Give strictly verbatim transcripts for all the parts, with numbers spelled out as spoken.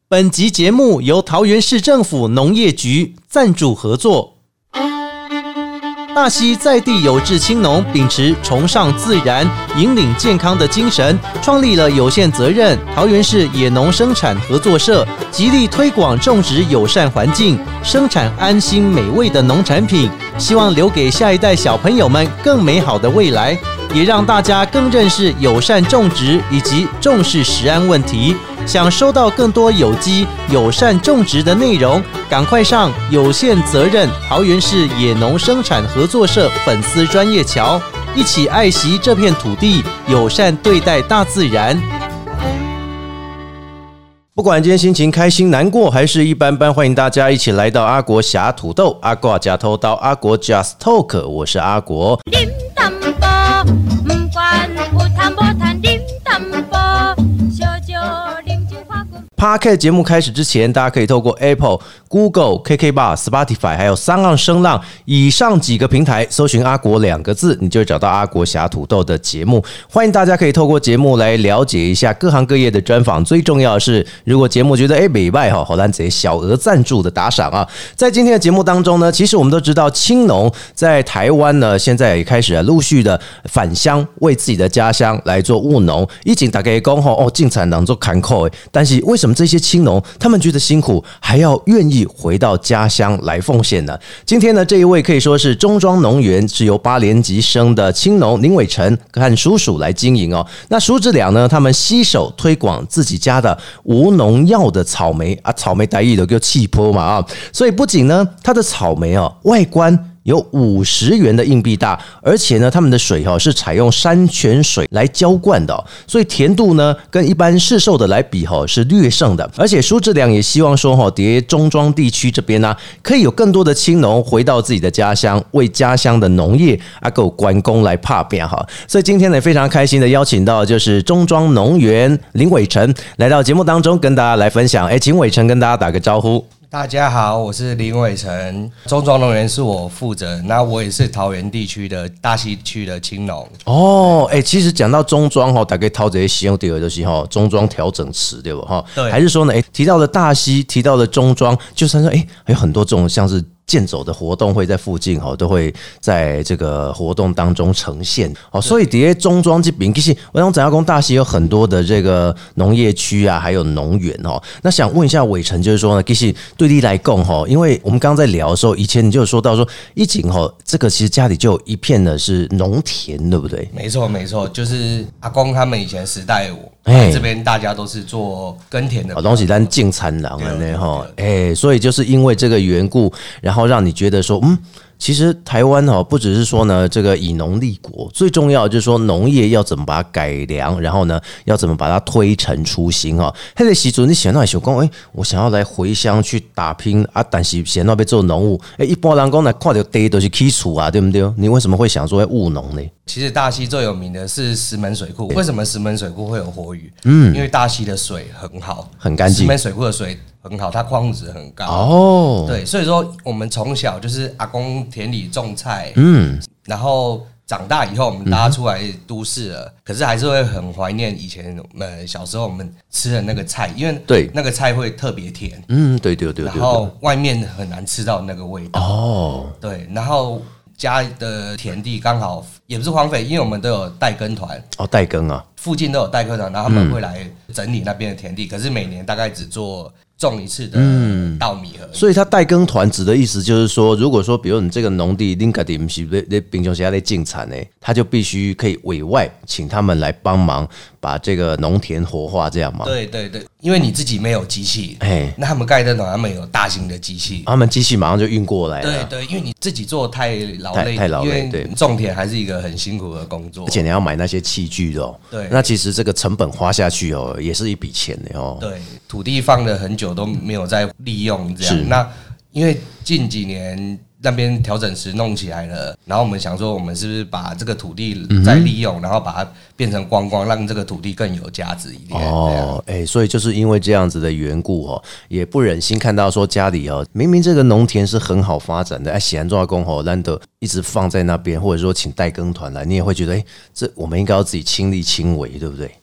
本集节目由桃园市政府农业局赞助合作。大溪在地有志青农秉持崇尚自然、引领健康的精神，创立了有限责任桃园市野农生产合作社，极力推广种植友善环境，生产安心美味的农产品，希望留给下一代小朋友们更美好的未来，也让大家更认识友善种植以及重视食安问题。想收到更多有机友善种植的内容，赶快上有限责任桃园市野农生产合作社粉丝专页瞧，一起爱惜这片土地，友善对待大自然。不管今天心情开心、难过还是一般般，欢迎大家一起来到阿国侠土豆，阿国假偷刀，阿国 Just Talk， 我是阿国。Podcast 节目开始之前，大家可以透过 Apple、Google、K K B O X、Spotify 还有三浪声浪以上几个平台搜寻阿国两个字，你就会找到阿国侠土豆的节目。欢迎大家可以透过节目来了解一下各行各业的专访。最重要的是，如果节目觉得哎美拜哈，好咱这小额赞助的打赏啊。在今天的节目当中呢，其实我们都知道青农在台湾呢，现在也开始陆续的返乡，为自己的家乡来做务农。以前大家讲吼哦，进产党做坎坷，但是为什么这些青农他们觉得辛苦，还要愿意回到家乡来奉献呢？今天呢，这一位可以说是中庄农园，是由八年级生的青农林伟成和叔叔来经营哦。那叔子俩呢，他们携手推广自己家的无农药的草莓啊，草莓台语都叫气泡嘛啊，所以不仅呢，它的草莓哦外观有五十元的硬币大，而且呢，他们的水哈是采用山泉水来浇灌的，所以甜度呢跟一般市售的来比哈是略胜的。而且苏志良也希望说哈，在中庄地区这边呢、啊，可以有更多的青农回到自己的家乡，为家乡的农业啊够关公来打拼哈。所以今天呢，非常开心的邀请到就是中庄农园林伟成来到节目当中，跟大家来分享。哎，请伟成跟大家打个招呼。 大家好，我是林伟成，中庄农园是我负责，那我也是桃园地区的大溪区的青农。 哦，哎、欸，其实讲到中庄哈，大概掏这些使用第二就是哈中庄调整池对不哈？对，还是说呢，哎、欸，提到了大溪，提到了中庄，就算说哎、欸，还有很多这种像是健走的活动会在附近哈，都会在这个活动当中呈现。哦，所以底下中庄这边其实我想展亚公大溪有很多的这个农业区啊，还有农园哦。那想问一下伟成，就是说呢，其实对你来讲哈，因为我们刚刚在聊的时候，以前你就有说到说，一景哈，这个其实家里就有一片的是农田，对不对？ 没错，没错，就是阿公他们以前时代，我这边大家都是做耕田的， 好东西咱进产郎了呢哈，哎，所以就是因为这个缘故，然后让你觉得说，嗯。其实台湾哈不只是说呢这个以农立国，最重要的就是说农业要怎么把它改良，然后呢要怎么把它推陈出新哈。那个时候你想到想讲，哎，我想要来回乡去打拼啊，但是想到要做农务，哎，一般人讲来看到地都是起厝啊，对不对？你为什么会想说要务农呢？ 其实大溪最有名的是石门水库，为什么石门水库会有活鱼？嗯，因为大溪的水很好， 很干净。 石门水库的水很好，它矿质很高。 哦， 对，所以说我们从小就是阿公田里种菜，嗯，然后长大以后我们大家出来都市了，嗯、可是还是会很怀念以前呃小时候我们吃的那个菜，因为对那个菜会特别甜， 嗯，对对对， 然后外面很难吃到那个味道。 哦， 对，然后家的田地刚好也不是荒废，因为我们都有代耕团。 哦，代耕啊， 附近都有代耕团，然后他们会来整理那边的田地，嗯、可是每年大概只做种一次的稻米而已。 嗯、所以他代耕团指的意思就是说，如果说比如你这个农地你自己不是在平常时在进产的，他就必须可以委外请他们来帮忙把这个农田活化，这样吗？ 对对对，因为你自己没有机器，哎，那他们盖的团他们有大型的机器， 他们机器马上就运过来了。 对对，因为你自己做太劳累， 太劳累，对， 种田还是一个很辛苦的工作， 而且你要买那些器具的哦。对，那其实这个成本花下去哦，也是一笔钱的哦。 对，土地放了很久都没有再利用，这样。那因为近几年那边调整池弄起来了，然后我们想说，我们是不是把这个土地再利用，嗯、然后把它变成观光，让这个土地更有价值一点。 哦，哎、欸，所以就是因为这样子的缘故哦，也不忍心看到说家里哦，明明这个农田是很好发展的，哎，显然重要工哦，难得一直放在那边，或者说请代耕团来，你也会觉得，哎、欸，这我们应该要自己亲力亲为，对不对？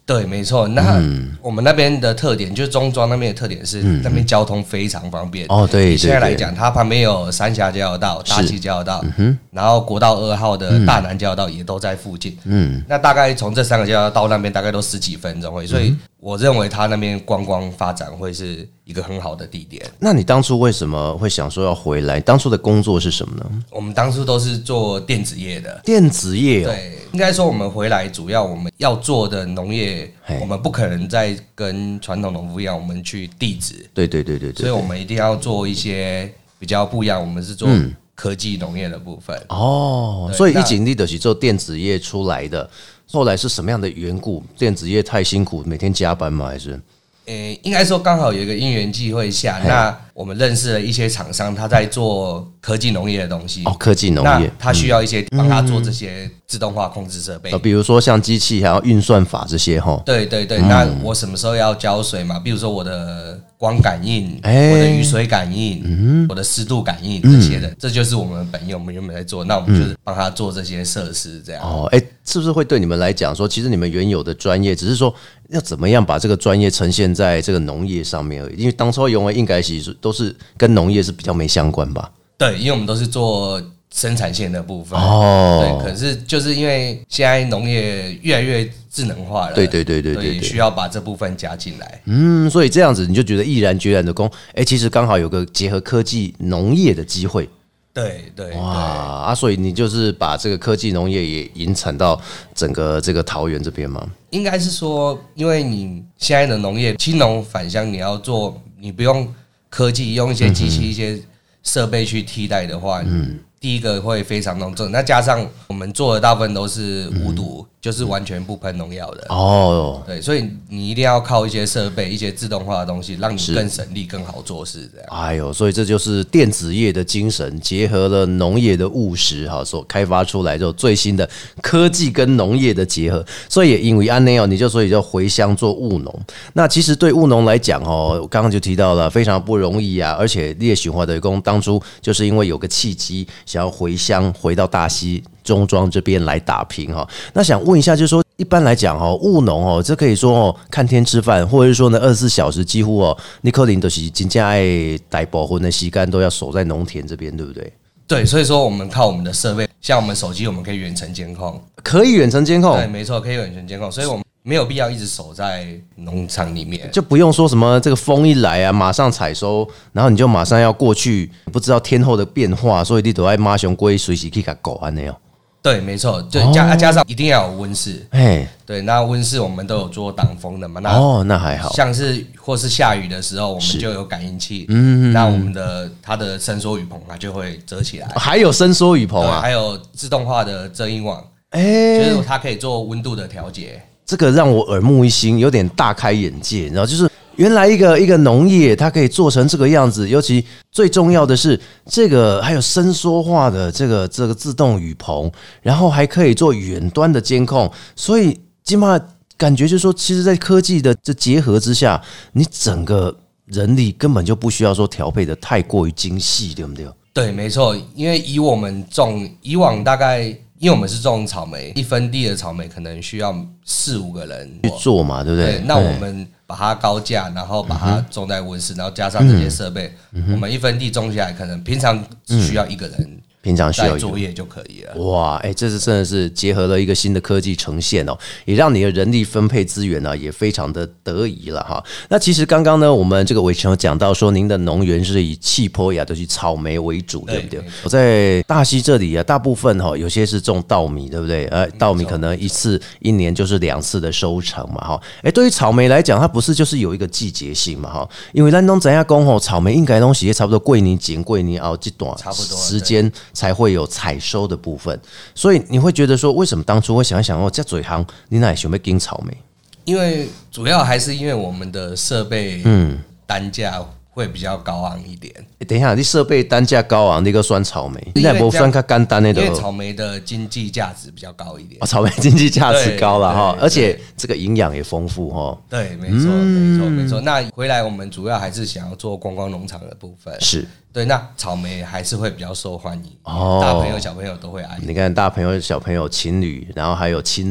对，没错。那我们那边的特点，就是中庄那边的特点是，那边交通非常方便。 哦，对， 以现在来讲，它旁边有三峡交流道、大溪交流道，然后国道二号的大南交流道也都在附近。嗯，那大概从这三个交流道到那边大概都十几分钟会，所以我认为它那边观光发展会是一个很好的地点。 那你当初为什么会想说要回来？当初的工作是什么呢？ 我们当初都是做电子业的。 电子业哦， 对，应该说我们回来主要我们要做的农业。我们不可能再跟传统农夫一样，我们去地质。 对对对对对， 所以我们一定要做一些比较不一样。我们是做科技农业的部分。 哦，所以一景力的是做电子业出来的。后来是什么样的缘故？电子业太辛苦，每天加班吗？还是？ 诶，应该说刚好有一个因缘际会下，那我们认识了一些厂商，他在做科技农业的东西。 哦，科技农业， 他需要一些帮他做这些自动化控制设备， 嗯、比如说像机器还有运算法这些哈。 对对对，嗯、那我什么时候要浇水嘛？比如说我的光感应、欸、我的雨水感应、嗯、我的湿度感应这些的，嗯、这就是我们本业，我们原本在做，那我们就是帮他做这些设施这样。 哦，哎、欸，是不是会对你们来讲说，其实你们原有的专业，只是说要怎么样把这个专业呈现在这个农业上面而已？因为当初永远应该是都是跟农业是比较没相关吧？ 对，因为我们都是做生产线的部分。哦，对，可是就是因为现在农业越来越智能化了， 对对对对 对, 对， 需要把这部分加进来。 嗯，所以这样子你就觉得毅然决然的攻，哎、欸，其实刚好有个结合科技农业的机会。 对对哇啊！所以你就是把这个科技农业也引产到整个这个桃园这边吗？ 应该是说，因为你现在的农业青农返乡，你要做，你不用科技，用一些机器、嗯、一些设备去替代的话，嗯，第一个会非常农正。那加上我们做的大部分都是无毒。嗯，就是完全不喷农药的哦，对，所以你一定要靠一些设备、一些自动化的东西，让你更省力、更好做事。这样， 哎呦，所以这就是电子业的精神，结合了农业的务实哈，所开发出来就最新的科技跟农业的结合。所以也因为安内哦，你就所以就回乡做务农。那其实对务农来讲哦，我刚刚就提到了非常不容易啊，而且列循环的工当初就是因为有个契机，想要回乡，回到大溪中庄这边来打拼哈。那想问一下，就是说一般来讲哦，务农哦，这可以说哦看天吃饭，或者是说呢二十四小时几乎哦，你可能都是真正爱大部分的时间都要守在农田这边，对不对？ 对，所以说我们靠我们的设备，像我们手机，我们可以远程监控， 可以远程监控， 对，没错，可以远程监控，所以我们没有必要一直守在农场里面， 就不用说什么这个风一来啊，马上采收，然后你就马上要过去，不知道天候的变化，所以你都要马上归随时去给狗安那样。 对，没错，就加、哦、加上一定要有温室，对，那温室我们都有做挡风的嘛，那哦，那还好， 像是或是下雨的时候，我们就有感应器，嗯，那我们的它的伸缩雨棚它就会遮起来， 还有伸缩雨棚啊， 还有自动化的遮阴网，哎、欸，就是它可以做温度的调节， 这个让我耳目一新，有点大开眼界，然后就是。原来一个一个农业，它可以做成这个样子，尤其最重要的是，这个还有伸缩化的这个这个自动雨棚，然后还可以做远端的监控，所以基本上感觉就是说，其实，在科技的这结合之下，你整个人力根本就不需要说调配的太过于精细，对不对？ 对，没错，因为以我们种以往大概。因为我们是种草莓，一分地的草莓可能需要四五个人去做嘛，对不对？ 对，那我们把它高架，然后把它种在温室，然后加上这些设备，嗯、我们一分地种下来，可能平常只需要一个人。嗯平常需要作业就可以了。哇，哎、欸，这是真的是结合了一个新的科技呈现哦，也让你的人力分配资源呢、啊、也非常的得宜了哈。那其实刚刚呢，我们这个伟成有讲到说，您的农园是以气坡亚都是草莓为主，对不对？我在大溪这里啊，大部分哈有些是种稻米，对不对？呃，稻米可能一次一年就是两次的收成嘛哈。哎、欸，对于草莓来讲，它不是就是有一个季节性嘛哈？因为咱都知影讲吼，草莓应该东西也差不多过年前、过年后这段时间。才会有采收的部分，所以你会觉得说，为什么当初会想一想哦，这嘴行你哪想要跟草莓？因为主要还是因为我们的设备，嗯，单价会比较高昂一点。欸、等一下，你设备单价高昂，你个酸草莓，你那不算较简单的，因为草莓的经济价值比较高一点。哦、草莓经济价值高了哈，而且这个营养也丰富哈。对，没错，没错，没错。那回来我们主要还是想要做观光农场的部分，是。对，那草莓还是会比较受欢迎，哦，大朋友小朋友都会爱。你看，大朋友小朋友情侣，然后还有亲子，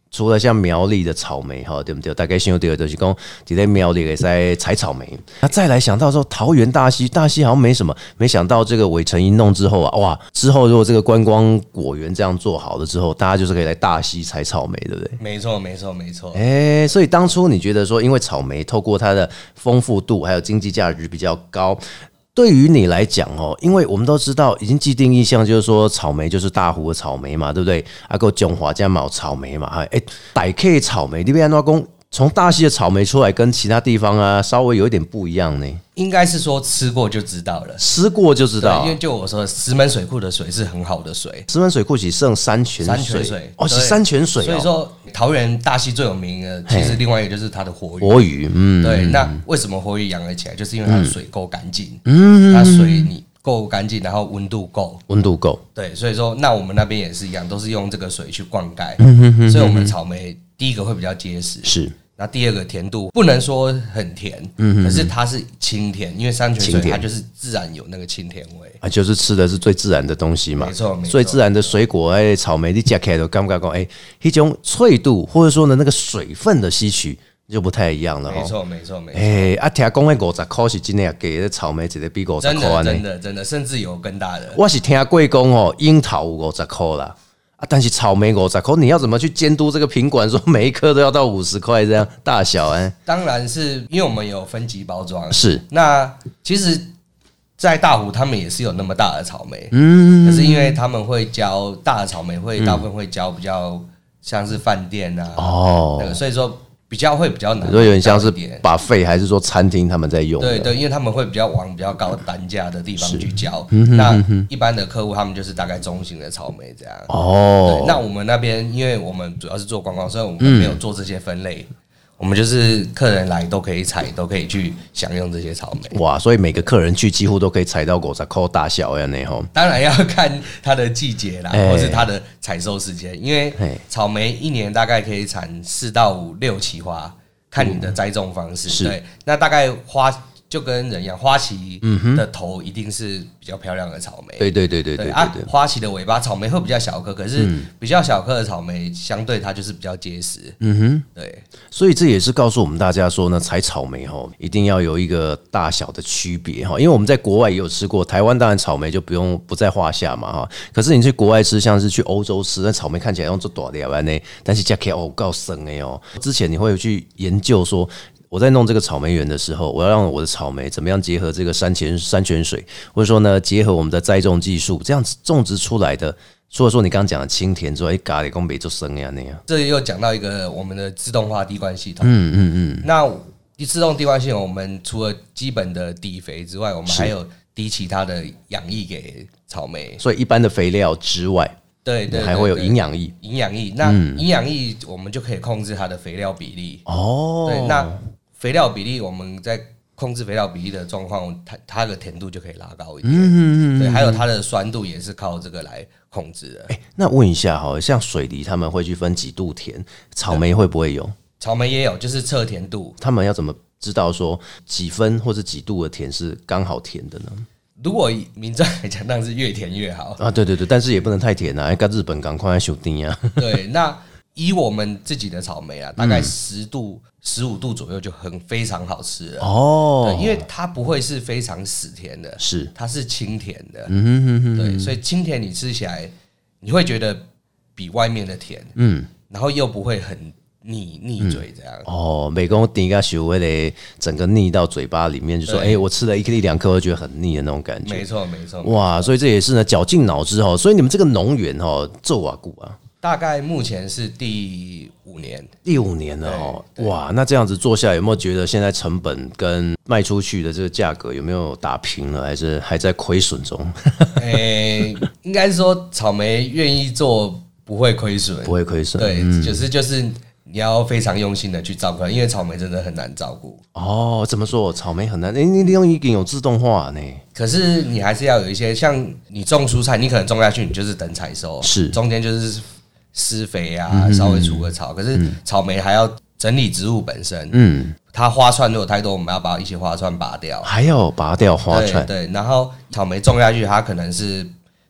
除了像苗栗的草莓哈，对不对？大概想到的就是讲，在苗栗也在采草莓。那再来想到说桃园大溪，大溪好像没什么，没想到这个伟成一弄之后啊，哇！之后如果这个观光果园这样做好了之后，大家就是可以来大溪采草莓，对不对？ 没错，没错，没错。 哎、欸，所以当初你觉得说，因为草莓透过它的丰富度还有经济价值比较高。对于你来讲哦，因为我们都知道，已经既定印象就是说，草莓就是大湖的草莓嘛，对不对？啊，够中华加毛草莓嘛，哎，百 K 草莓，你别安怎讲？从大溪的草莓出来，跟其他地方啊稍微有一点不一样呢。 应该是说吃过就知道了， 吃过就知道。 因为就我说，石门水库的水是很好的水， 石门水库是剩山泉水， 山泉水哦，是山泉水、哦。 所以说，桃园大溪最有名的，其实另外一个就是它的活鱼。 活鱼，嗯， 对。那为什么活鱼养得起来？就是因为它的水够干净，嗯，它水你够干净，然后温度够， 温度够。 对，所以说，那我们那边也是一样，都是用这个水去灌溉，嗯哼哼，所以我们草莓第一个会比较结实， 是。 那第二个甜度不能说很甜，嗯，可是它是清甜，因为山泉水它就是自然有那个清甜味啊，就是吃的是最自然的东西嘛， 没错，没错， 最自然的水果，哎，草莓你吃起来都感觉讲，哎，一种脆度或者说呢那个水分的吸取就不太一样了， 没错，没错，没错。 哎，啊，听讲那五十块是真的给草莓一个比五十块呢， 真的，真的，甚至有更大的。 我是听过讲哦，樱桃有五十块啦。啊，但是草莓五十块，你要怎么去监督这个品管？说每一颗都要到五十块这样大小哎、欸？ 当然是因为我们有分级包装。 是， 那其实，在大湖他们也是有那么大的草莓，嗯，可是因为他们会教大的草莓会大部分会教比较像是饭店啊，哦，那个所以说。比较会比较难， 所以有点像是把费还是说餐厅他们在用？ 对对，因为他们会比较往比较高单价的地方去交。那一般的客户他们就是大概中型的草莓这样。哦，那我们那边因为我们主要是做观光，所以我们没有做这些分类。嗯我们就是客人来都可以采，都可以去享用这些草莓。 哇，所以每个客人去几乎都可以采到五十块大小呀，那吼。 当然要看它的季节啦，欸、或是它的采收时间，因为草莓一年大概可以产四到五六期花，看你的栽种方式。嗯、对，那大概花。就跟人一样，花旗的头一定是比较漂亮的草莓。 对对对对对啊，花旗的尾巴草莓会比较小颗，可是比较小颗的草莓相对它就是比较结实。嗯哼，对。 所以这也是告诉我们大家说呢，采草莓吼一定要有一个大小的区别哈，因为我们在国外也有吃过，台湾当然草莓就不用不在话下嘛哈。可是你去国外吃，像是去欧洲吃，那草莓看起来用做大粒呢，但是加起来哦够生的哦。之前你会去研究说。我在弄这个草莓园的时候，我要让我的草莓怎么样结合这个山泉山泉水，或者说呢，结合我们的栽种技术，这样子种植出来的，除了说你刚刚讲的清甜之外，一咖喱公北就生呀那样。 这又讲到一个我们的自动化滴灌系统。嗯嗯嗯。那自动滴灌系统，我们除了基本的底肥之外，我们还有滴其他的养液给草莓。 所以一般的肥料之外。 对 对, 对， 还会有营养液。 营养液，那营养液我们就可以控制它的肥料比例。哦，对，那肥料比例我们在控制肥料比例的状况，它它的甜度就可以拉高一点。嗯嗯嗯。对，还有它的酸度也是靠这个来控制的。 欸、那问一下哈，像水梨他们会去分几度甜，草莓会不会有？ 草莓也有，就是测甜度。 他们要怎么知道说几分或者几度的甜是刚好甜的呢？ 如果以民众来讲，当然是越甜越好啊！对对对，但是也不能太甜啊，跟日本赶快修订啊。 对，那以我们自己的草莓啊，大概十度、十五度左右就很非常好吃了哦。对，因为它不会是非常死甜的， 是它是清甜的。嗯哼哼哼。对，所以清甜你吃起来，你会觉得比外面的甜，嗯，然后又不会很。腻腻嘴这样、嗯、 哦，美工第一个学会嘞，整个腻到嘴巴里面，就说哎、欸，我吃了一颗一两颗，我觉得很腻的那种感觉。 没错没错， 哇，所以这也是呢，绞尽脑汁哈。所以你们这个农园哈，做瓦固啊， 大概目前是第五年， 第五年了哦。哇，那这样子做下来，有没有觉得现在成本跟卖出去的这个价格有没有打平了，还是还在亏损中？ 哎、欸，应该是说草莓愿意做不会亏损， 不会亏损。 对，嗯、就是就是。你要非常用心的去照顾，因为草莓真的很难照顾。 哦，怎么说？草莓很难？欸、你用已经有自动化呢。 可是你还是要有一些，像你种蔬菜，你可能种下去，你就是等采收， 是中间就是施肥啊，嗯、稍微除个草。可是草莓还要整理植物本身，嗯，它花串如果太多，我们要把一些花串拔掉， 还要拔掉花串。 对对，然后草莓种下去，它可能是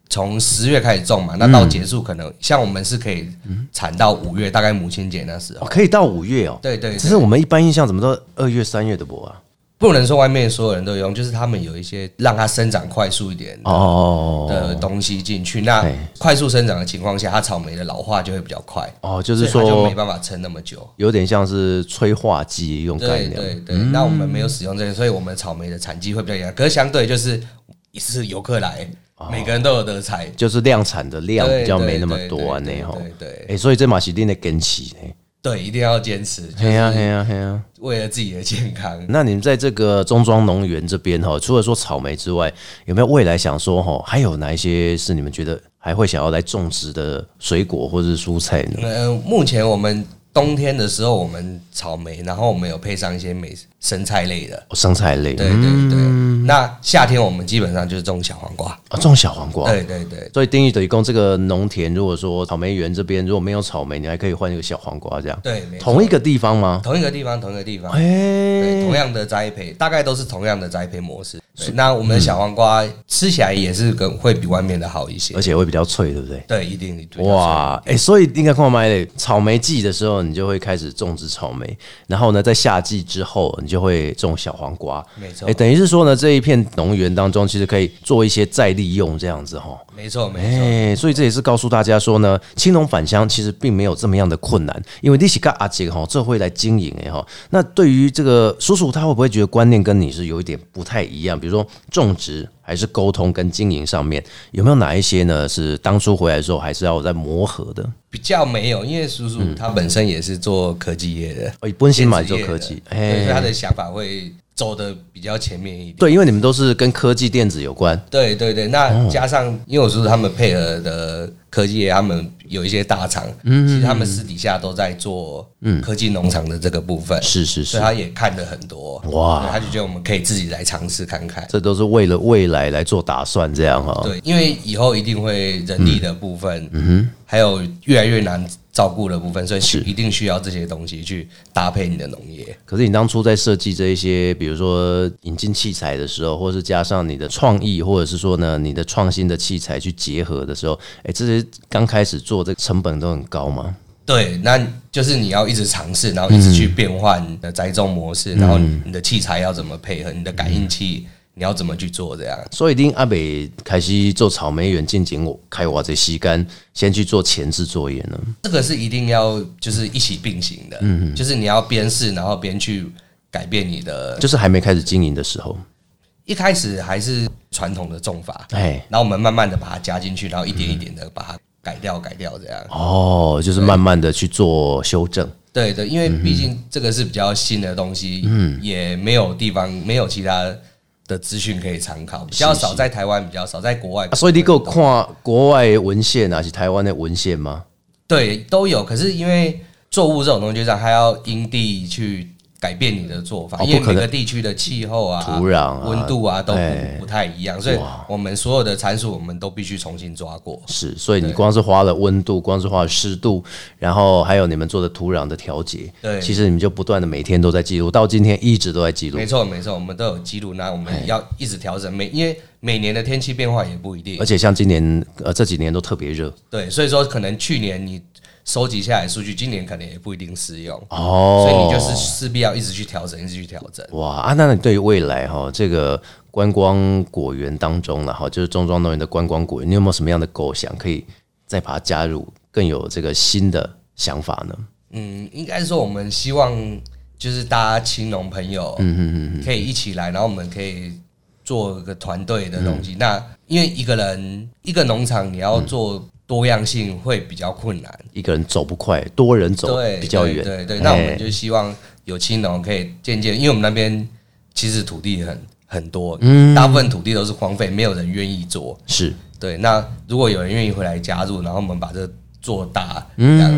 从十月开始种嘛，那到结束可能、嗯、像我们是可以产到五月，大概母亲节那时候、 哦、可以到五月哦。 对 对, 對， 只是我们一般印象怎么都二月三月的播啊。 不能说外面所有人都用，就是他们有一些让它生长快速一点的、哦、的东西进去。那快速生长的情况下，它草莓的老化就会比较快。 哦，就是说它就没办法撑那么久， 有点像是催化剂用概念。 对对对、嗯，那我们没有使用这个，所以我们草莓的产季会比较严。可是相对就是一次游客来。哦、每个人都有得采， 就是量产的量比较没那么多啊，那吼，对对，哎，所以这嘛是一定的坚持呢。 对，一定要坚持。 嘿呀嘿呀嘿呀， 为了自己的健康。 那你们在这个中庄农园这边哈，除了说草莓之外，有没有未来想说哈，还有哪一些是你们觉得还会想要来种植的水果或者是蔬菜呢？ 呃，目前我们冬天的时候，我们草莓，然后我们有配上一些美生菜类的， 哦、生菜类， 对对对。嗯、那夏天我们基本上就是种小黄瓜， 啊，种小黄瓜， 对对对。 所以丁义等于供这个农田，如果说草莓园这边如果没有草莓，你还可以换一个小黄瓜这样， 对， 同一个地方吗？ 同一个地方，同一个地方，对，同样的栽培，大概都是同样的栽培模式。那我们的小黄瓜、嗯、吃起来也是跟会比外面的好一些， 而且会比较脆，对不对？ 对，一定。 哇，哎、欸，所以应该看麦嘞，草莓季的时候，你就会开始种植草莓，然后呢，在夏季之后，你就会种小黄瓜。 没错， 哎、欸，等于是说呢，这一片农园当中，其实可以做一些再利用这样子哈。 没错，没错。 哎，所以这也是告诉大家说呢，青农返乡其实并没有这么样的困难，因为你是跟阿姐哈，这会来经营哎哈。那对于这个叔叔，他会不会觉得观念跟你是有一点不太一样？比如说种植还是沟通跟经营上面，有没有哪一些呢？是当初回来的时候还是要在磨合的？ 比较没有，因为叔叔他本身也是做科技业的， 哦，本身嘛做科技， 所以他的想法会走的比较前面一点。 对，因为你们都是跟科技电子有关。 对对对，那加上因为我叔叔他们配合的科技业，他们有一些大厂，嗯，其实他们私底下都在做科技农场的这个部分， 是是是， 所以他也看了很多，哇，他就觉得我们可以自己来尝试看看， 这都是为了未来来做打算，这样哈。 对，因为以后一定会人力的部分，嗯哼，还有越来越难照顾的部分，所以一定需要这些东西去搭配你的农业。 可是你当初在设计这一些，比如说引进器材的时候，或是加上你的创意，或者是说呢你的创新的器材去结合的时候，哎，这些刚开始做这个成本都很高吗？ 对，那就是你要一直尝试，然后一直去变换你的栽种模式，嗯、然后你的器材要怎么配合，你的感应器你要怎么去做，这样。 所以，丁阿北开始做草莓园进行我开挖这时间，先去做前置作业呢？ 这个是一定要就是一起并行的，嗯，就是你要边试，然后边去改变你的。 就是还没开始经营的时候， 一开始还是传统的种法，哎，然后我们慢慢的把它加进去，然后一点一点的把它改掉改掉这样。 哦，就是慢慢的去做修正。 对对，因为毕竟这个是比较新的东西，嗯，也没有地方没有其他的资讯可以参考，比较少，在台湾比较少，在国外、啊。 所以你给我看国外的文献啊，是台湾的文献吗？ 对，都有。可是因为作物这种东西，就这样，它要因地去改变你的做法，哦、因为每个地区的气候啊、 土壤啊、 温度啊都 不,、哎、不太一样，所以我们所有的参数我们都必须重新抓过。 是，所以你光是花了温度，光是花了湿度，然后还有你们做的土壤的调节，对，其实你们就不断的每天都在记录，到今天一直都在记录。 没错，没错，我们都有记录，那我们要一直调整，每因为每年的天气变化也不一定， 而且像今年呃这几年都特别热， 对，所以说可能去年你收集下来的数据，今年可能也不一定适用哦，所以你就是势必要一直去调整，一直去调整。 哇啊，那你对于未来哈这个观光果园当中呢，哈，就是中庄农园的观光果园，你有没有什么样的构想，可以再把它加入，更有这个新的想法呢？ 嗯，应该是说我们希望就是大家青农朋友，嗯嗯嗯，可以一起来，然后我们可以做个团队的东西。嗯、那因为一个人一个农场你要做多样性会比较困难， 一个人走不快，多人走比较远。 对对 对, 对，那我们就希望有青农可以渐渐，因为我们那边其实土地很很多，嗯，大部分土地都是荒废，没有人愿意做。是，对。那如果有人愿意回来加入，然后我们把这做大，嗯，会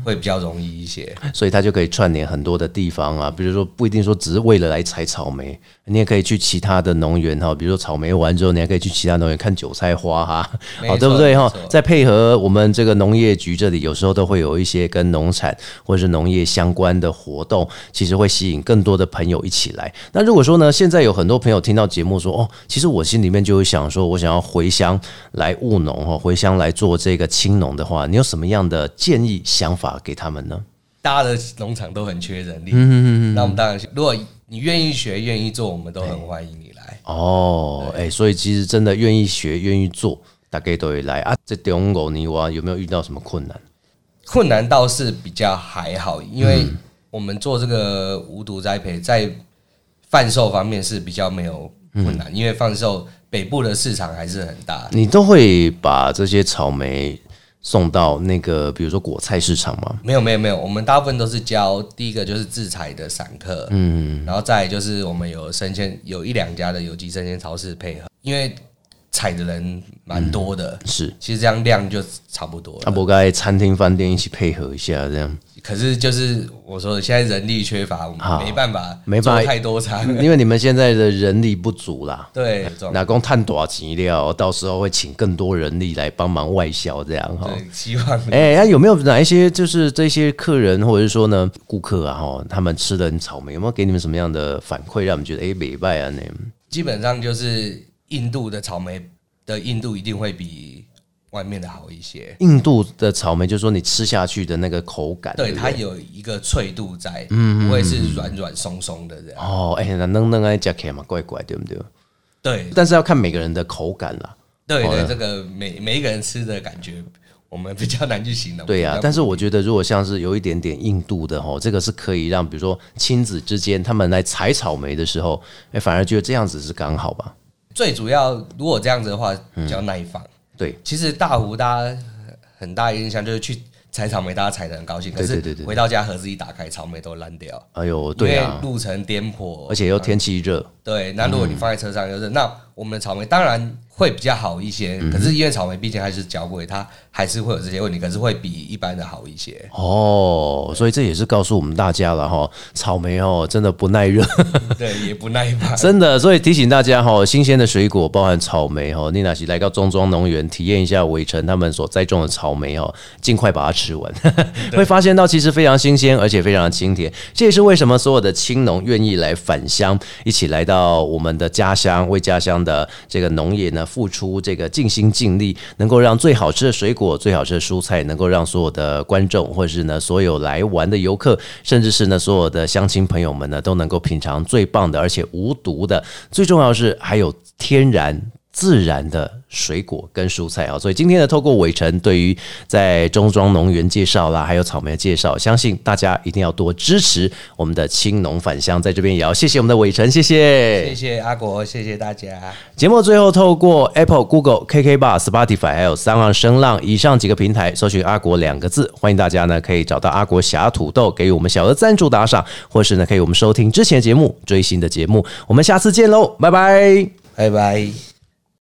会比较容易一些， 所以它就可以串联很多的地方啊，比如说不一定说只是为了来采草莓，你也可以去其他的农园哈，比如说草莓完之后，你还可以去其他农园看韭菜花哈，好对不对哈？再配合我们这个农业局这里，有时候都会有一些跟农产或者是农业相关的活动，其实会吸引更多的朋友一起来。那如果说呢，现在有很多朋友听到节目说，哦，其实我心里面就会想说，我想要回乡来务农哈，回乡来做这个青农的话，你有什么样的建议想法给他们呢？ 大家的农场都很缺人力，嗯嗯嗯，那我们当然，如果你愿意学、愿意做，我们都很欢迎你来。 哦，哎、欸，所以其实真的愿意学、愿意做，大家都会来啊。这中五年哇，有没有遇到什么困难？ 困难倒是比较还好，因为我们做这个无毒栽培，在贩售方面是比较没有困难，嗯、因为贩售北部的市场还是很大。 你都会把这些草莓送到那个比如说果菜市场吗？ 没有没有没有，我们大部分都是教第一个就是自采的散客，嗯，然后再来就是我们有生鲜，有一两家的有机生鲜超市配合，因为采的人蛮多的， 嗯、是， 其实这样量就差不多了。 啊，不该餐厅饭店一起配合一下这样。 可是就是我说的，现在人力缺乏，我们没办法没办法做太多餐， 因为你们现在的人力不足啦。 对， 哪公探多少钱料，到时候会请更多人力来帮忙外销这样哈。 对，希望。 哎、欸，那有没有哪一些就是这些客人或者是说呢顾客啊哈，他们吃的草莓有没有给你们什么样的反馈，让我们觉得哎美败啊呢？ 基本上就是印度的草莓的硬度一定会比外面的好一些。 印度的草莓就是说你吃下去的那个口感， 对，它有一个脆度在，嗯，不会是软软松松的这样。 哦，哎、欸，那嫩嫩爱加起来嘛，怪怪，对不对？ 对， 但是要看每个人的口感啦。 对对，这个每每一个人吃的感觉，我们比较难去形容。 对啊，但是我觉得如果像是有一点点硬度的哈，这个是可以让比如说亲子之间他们来采草莓的时候，哎、欸，反而觉得这样子是刚好吧。 最主要，如果这样子的话，比较耐放。嗯对， 其实大湖大家很大印象就是去采草莓，大家采得很高兴，可是回到家盒子一打开，草莓都烂掉。 哎呦，对啊， 因为路程颠簸， 而且又天气热。 对，那如果你放在车上又热，那我们的草莓当然会比较好一些，可是因为草莓毕竟还是娇贵，它还是会有这些问题，可是会比一般的好一些。 哦，所以这也是告诉我们大家了哈，草莓哦真的不耐热， 对，也不耐烦， 真的。所以提醒大家哈，新鲜的水果，包含草莓哈，你那是来到中庄农园体验一下伟成他们所栽种的草莓哈，尽快把它吃完，会发现到其实非常新鲜，而且非常的清甜。这也是为什么所有的青农愿意来返乡，一起来到我们的家乡，为家乡的这个农业呢付出这个尽心尽力，能够让最好吃的水果、最好吃的蔬菜，能够让所有的观众或者是呢所有来玩的游客，甚至是呢所有的乡亲朋友们呢，都能够品尝最棒的，而且无毒的，最重要的是还有天然自然的水果跟蔬菜啊，所以今天呢，透过伟成对于在中庄农园介绍啦，还有草莓的介绍，相信大家一定要多支持我们的青农返乡，在这边也要谢谢我们的伟成，谢谢， 谢谢阿国，谢谢大家。 节目最后透过 Apple、Google、K K B O X、Spotify 还有三浪声浪以上几个平台搜寻阿国两个字，欢迎大家呢可以找到阿国侠土豆，给予我们小额赞助打赏，或是呢可以我们收听之前的节目、追新的节目，我们下次见喽，拜拜， 拜拜。